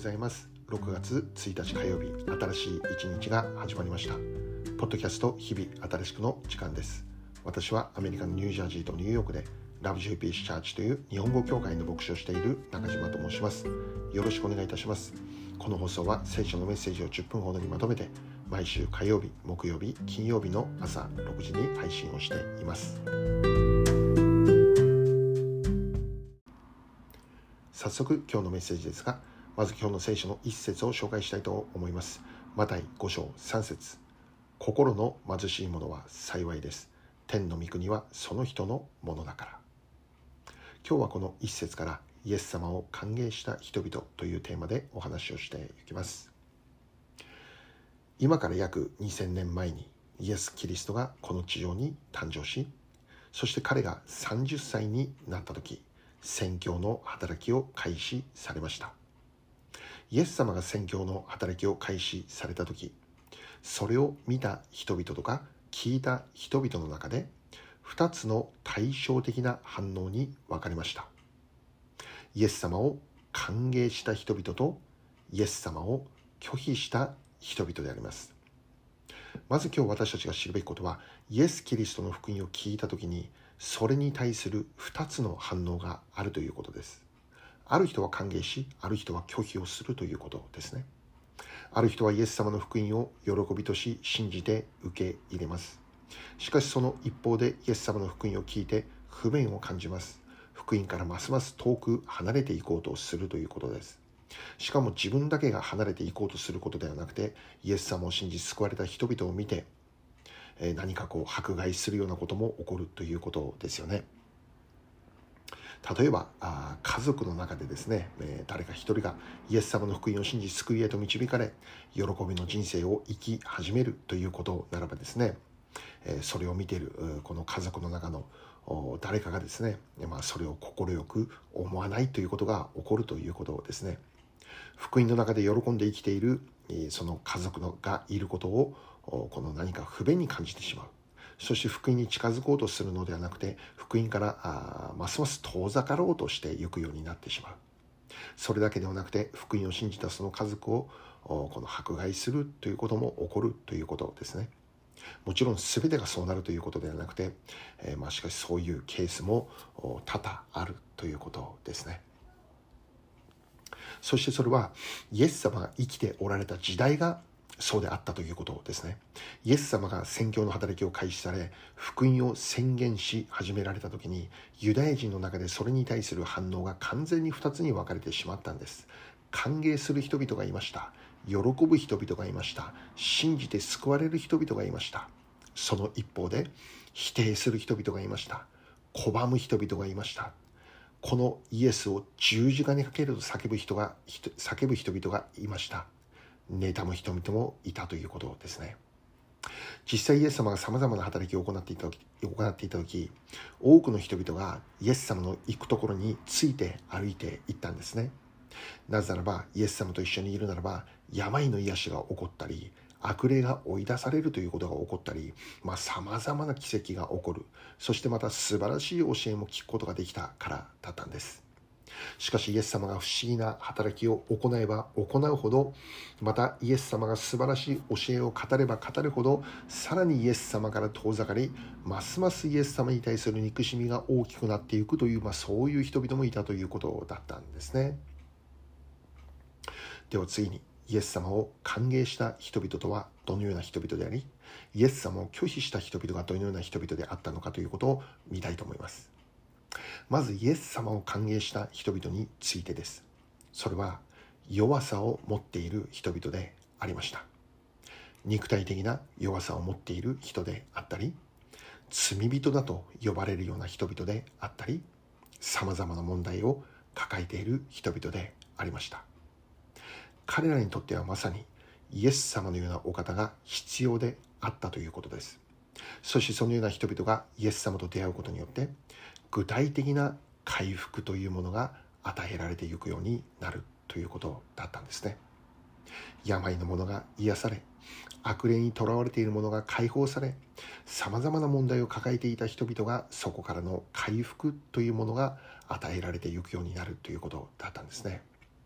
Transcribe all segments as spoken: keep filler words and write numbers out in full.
ざいます。ろくがつついたち火曜日、新しい一日が始まりました。ポッドキャスト日々新しくの時間です。私はアメリカのニュージャージーとニューヨークでラブジューピーシチャーチという日本語教会の牧師をしている中島と申します。よろしくお願いいたします。この放送は聖書のメッセージをじゅっぷんほどにまとめて毎週火曜日、木曜日、金曜日の朝ろくじに配信をしています。早速今日のメッセージですが、まず今日の聖書の一節を紹介したいと思います。マタイご章さん節。心の貧しい者は幸いです。天の御国はその人のものだから。今日はこの一節からイエス様を歓迎した人々というテーマでお話をしていきます。今から約にせんねんまえにイエス・キリストがこの地上に誕生し、そして彼がさんじゅっさいになった時、宣教の働きを開始されました。イエス様が宣教の働きを開始された時、それを見た人々とか聞いた人々の中でふたつの対照的な反応に分かれました。イエス様を歓迎した人々とイエス様を拒否した人々であります。まず今日私たちが知るべきことは、イエス・キリストの福音を聞いたときにそれに対するふたつの反応があるということです。ある人は歓迎し、ある人は拒否をするということですね。ある人はイエス様の福音を喜びとし信じて受け入れます。しかしその一方でイエス様の福音を聞いて不便を感じます。福音からますます遠く離れていこうとするということです。しかも自分だけが離れていこうとすることではなくて、イエス様を信じ救われた人々を見て何かこう迫害するようなことも起こるということですよね。例えばあ家族の中でですね、えー、誰か一人がイエス様の福音を信じ救いへと導かれ、喜びの人生を生き始めるということならばですね、えー、それを見ているこの家族の中の誰かがですね、まあ、それを快く思わないということが起こるということですね。福音の中で喜んで生きているその家族のがいることをこの何か不便に感じてしまう。そして福音に近づこうとするのではなくて、福音からあますます遠ざかろうとしていくようになってしまう。それだけではなくて、福音を信じたその家族をこの迫害するということも起こるということですね。もちろん全てがそうなるということではなくて、えー、まあしかしそういうケースも多々あるということですね。そしてそれはイエス様が生きておられた時代がそうであったということですね。イエス様が宣教の働きを開始され、福音を宣言し始められた時に、ユダヤ人の中でそれに対する反応が完全にふたつに分かれてしまったんです。歓迎する人々がいました。喜ぶ人々がいました。信じて救われる人々がいました。その一方で否定する人々がいました。拒む人々がいました。このイエスを十字架にかけると叫ぶ人が叫ぶ人々がいました。妬む人々もいたということですね。実際イエス様がさまざまな働きを行っていた時行っていた時多くの人々がイエス様の行くところについて歩いていったんですね。なぜならばイエス様と一緒にいるならば病の癒しが起こったり、悪霊が追い出されるということが起こったり、まあ、様々な奇跡が起こる。そしてまた素晴らしい教えも聞くことができたからだったんです。しかしイエス様が不思議な働きを行えば行うほど、またイエス様が素晴らしい教えを語れば語るほど、さらにイエス様から遠ざかり、ますますイエス様に対する憎しみが大きくなっていくという、まあ、そういう人々もいたということだったんですね。では次に、イエス様を歓迎した人々とはどのような人々であり、イエス様を拒否した人々がどのような人々であったのかということを見たいと思います。まずイエス様を歓迎した人々についてです。それは弱さを持っている人々でありました。肉体的な弱さを持っている人であったり、罪人だと呼ばれるような人々であったり、様々な問題を抱えている人々でありました。彼らにとってはまさにイエス様のようなお方が必要であったということです。そしてそのような人々がイエス様と出会うことによって具体的な回復というものが与えられていくようになるということだったんですね。病の者が癒され、悪霊にとらわれている者が解放され、様々な問題を抱えていた人々がそこからの回復というものが与えられていくようになるということだったんですね。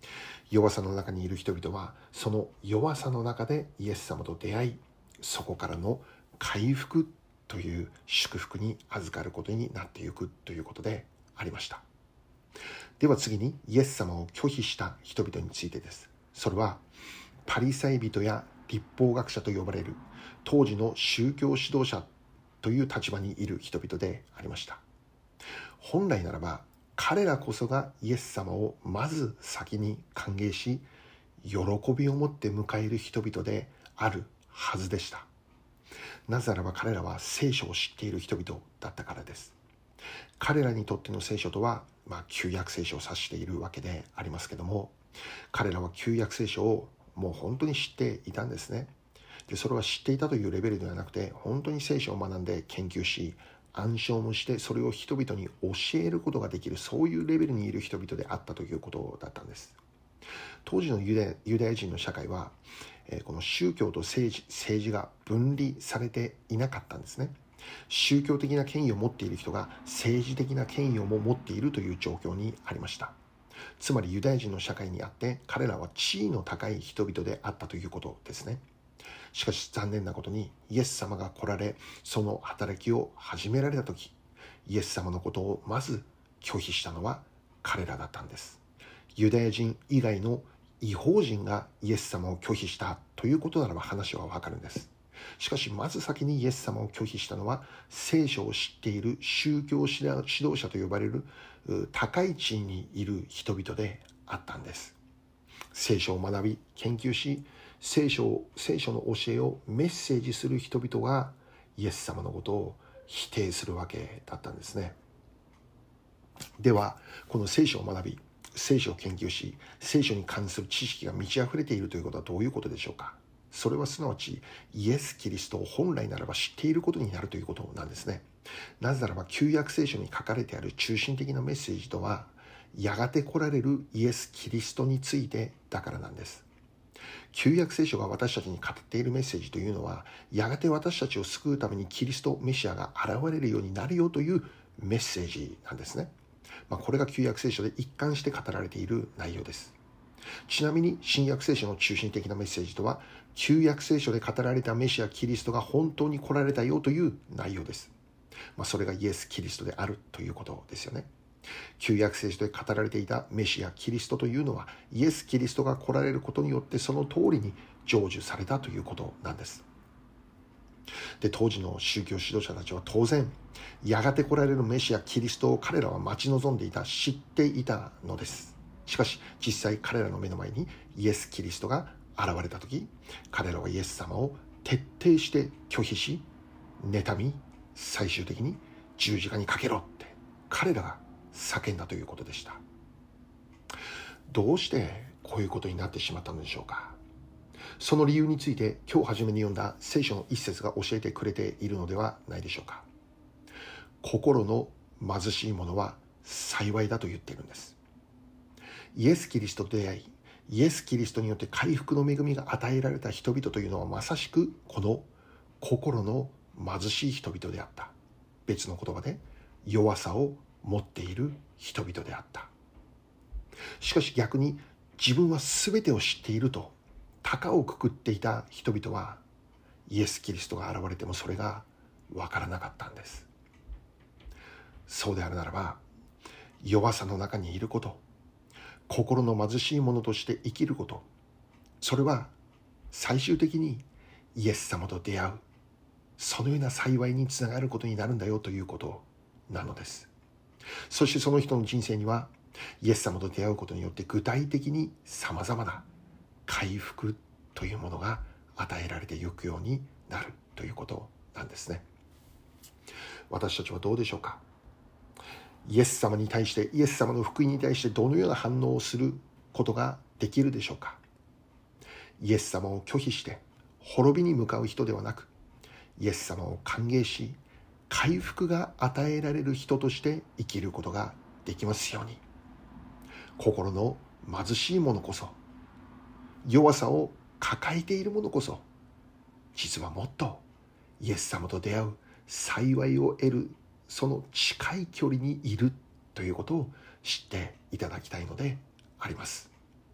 弱さの中にいる人々はその弱さの中でイエス様と出会い、そこからの回復という祝福に預かることになっていくということでありました。では次にイエス様を拒否した人々についてです。それはパリサイ人や律法学者と呼ばれる当時の宗教指導者という立場にいる人々でありました。本来ならば彼らこそがイエス様をまず先に歓迎し、喜びを持って迎える人々であるはずでした。なぜならば彼らは聖書を知っている人々だったからです。彼らにとっての聖書とは、まあ、旧約聖書を指しているわけでありますけども、彼らは旧約聖書をもう本当に知っていたんですね。で、それは知っていたというレベルではなくて、本当に聖書を学んで研究し、暗唱もしてそれを人々に教えることができる、そういうレベルにいる人々であったということだったんです。当時のユダヤ、ユダヤ人の社会は、えー、この宗教と政治、政治が分離されていなかったんですね。宗教的な権威を持っている人が政治的な権威をも持っているという状況にありました。つまりユダヤ人の社会にあって彼らは地位の高い人々であったということですね。しかし残念なことにイエス様が来られ、その働きを始められた時、イエス様のことをまず拒否したのは彼らだったんです。ユダヤ人以外の異邦人がイエス様を拒否したということならば話はわかるんです。しかしまず先にイエス様を拒否したのは聖書を知っている宗教指導者と呼ばれる高い地位にいる人々であったんです。聖書を学び研究し、聖書を聖書の教えをメッセージする人々がイエス様のことを否定するわけだったんですね。ではこの聖書を学び聖書を研究し、聖書に関する知識が満ち溢れているということはどういうことでしょうか。それはすなわちイエス・キリストを本来ならば知っていることになるということなんですね。なぜならば旧約聖書に書かれてある中心的なメッセージとは、やがて来られるイエス・キリストについてだからなんです。旧約聖書が私たちに語っているメッセージというのは、やがて私たちを救うためにキリスト、メシアが現れるようになるよというメッセージなんですね。まあ、これが旧約聖書で一貫して語られている内容です。ちなみに新約聖書の中心的なメッセージとは、旧約聖書で語られたメシアキリストが本当に来られたよという内容です。まあ、それがイエス・キリストであるということですよね。旧約聖書で語られていたメシアキリストというのは、イエス・キリストが来られることによってその通りに成就されたということなんです。で、当時の宗教指導者たちは当然、やがて来られるメシアキリストを彼らは待ち望んでいた、知っていたのです。しかし実際彼らの目の前にイエス・キリストが現れた時、彼らはイエス様を徹底して拒否し、妬み、最終的に十字架にかけろって彼らが叫んだということでした。どうしてこういうことになってしまったのでしょうか。その理由について今日初めに読んだ聖書の一節が教えてくれているのではないでしょうか。心の貧しい者は幸いだと言っているんです。イエス・キリストと出会い、イエス・キリストによって回復の恵みが与えられた人々というのはまさしくこの心の貧しい人々であった。別の言葉で弱さを持っている人々であった。しかし逆に自分は全てを知っていると高をくくっていた人々は、イエス・キリストが現れてもそれが分からなかったんです。そうであるならば、弱さの中にいること、心の貧しい者として生きること、それは最終的にイエス様と出会う、そのような幸いにつながることになるんだよということなのです。そしてその人の人生にはイエス様と出会うことによって具体的にさまざまな回復というものが与えられていくようになるということなんですね。私たちはどうでしょうか。イエス様に対して、イエス様の福音に対してどのような反応をすることができるでしょうか。イエス様を拒否して滅びに向かう人ではなく、イエス様を歓迎し、回復が与えられる人として生きることができますように。心の貧しい者こそ、弱さを抱えている者こそ、実はもっとイエス様と出会う幸いを得る、その近い距離にいるということを知っていただきたいのであります。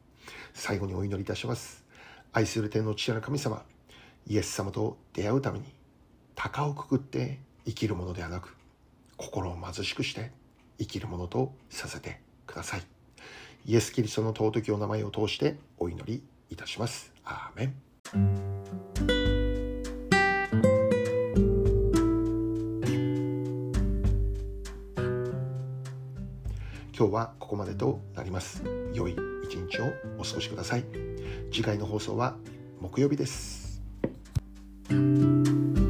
最後にお祈りいたします。愛する天の父なる神様、イエス様と出会うために高をくくって生きるものではなく、心を貧しくして生きるものとさせてください。イエス・キリストの尊きお名前を通してお祈りいたします。アーメン。今日はここまでとなります。良い一日をお過ごしください。次回の放送は木曜日です。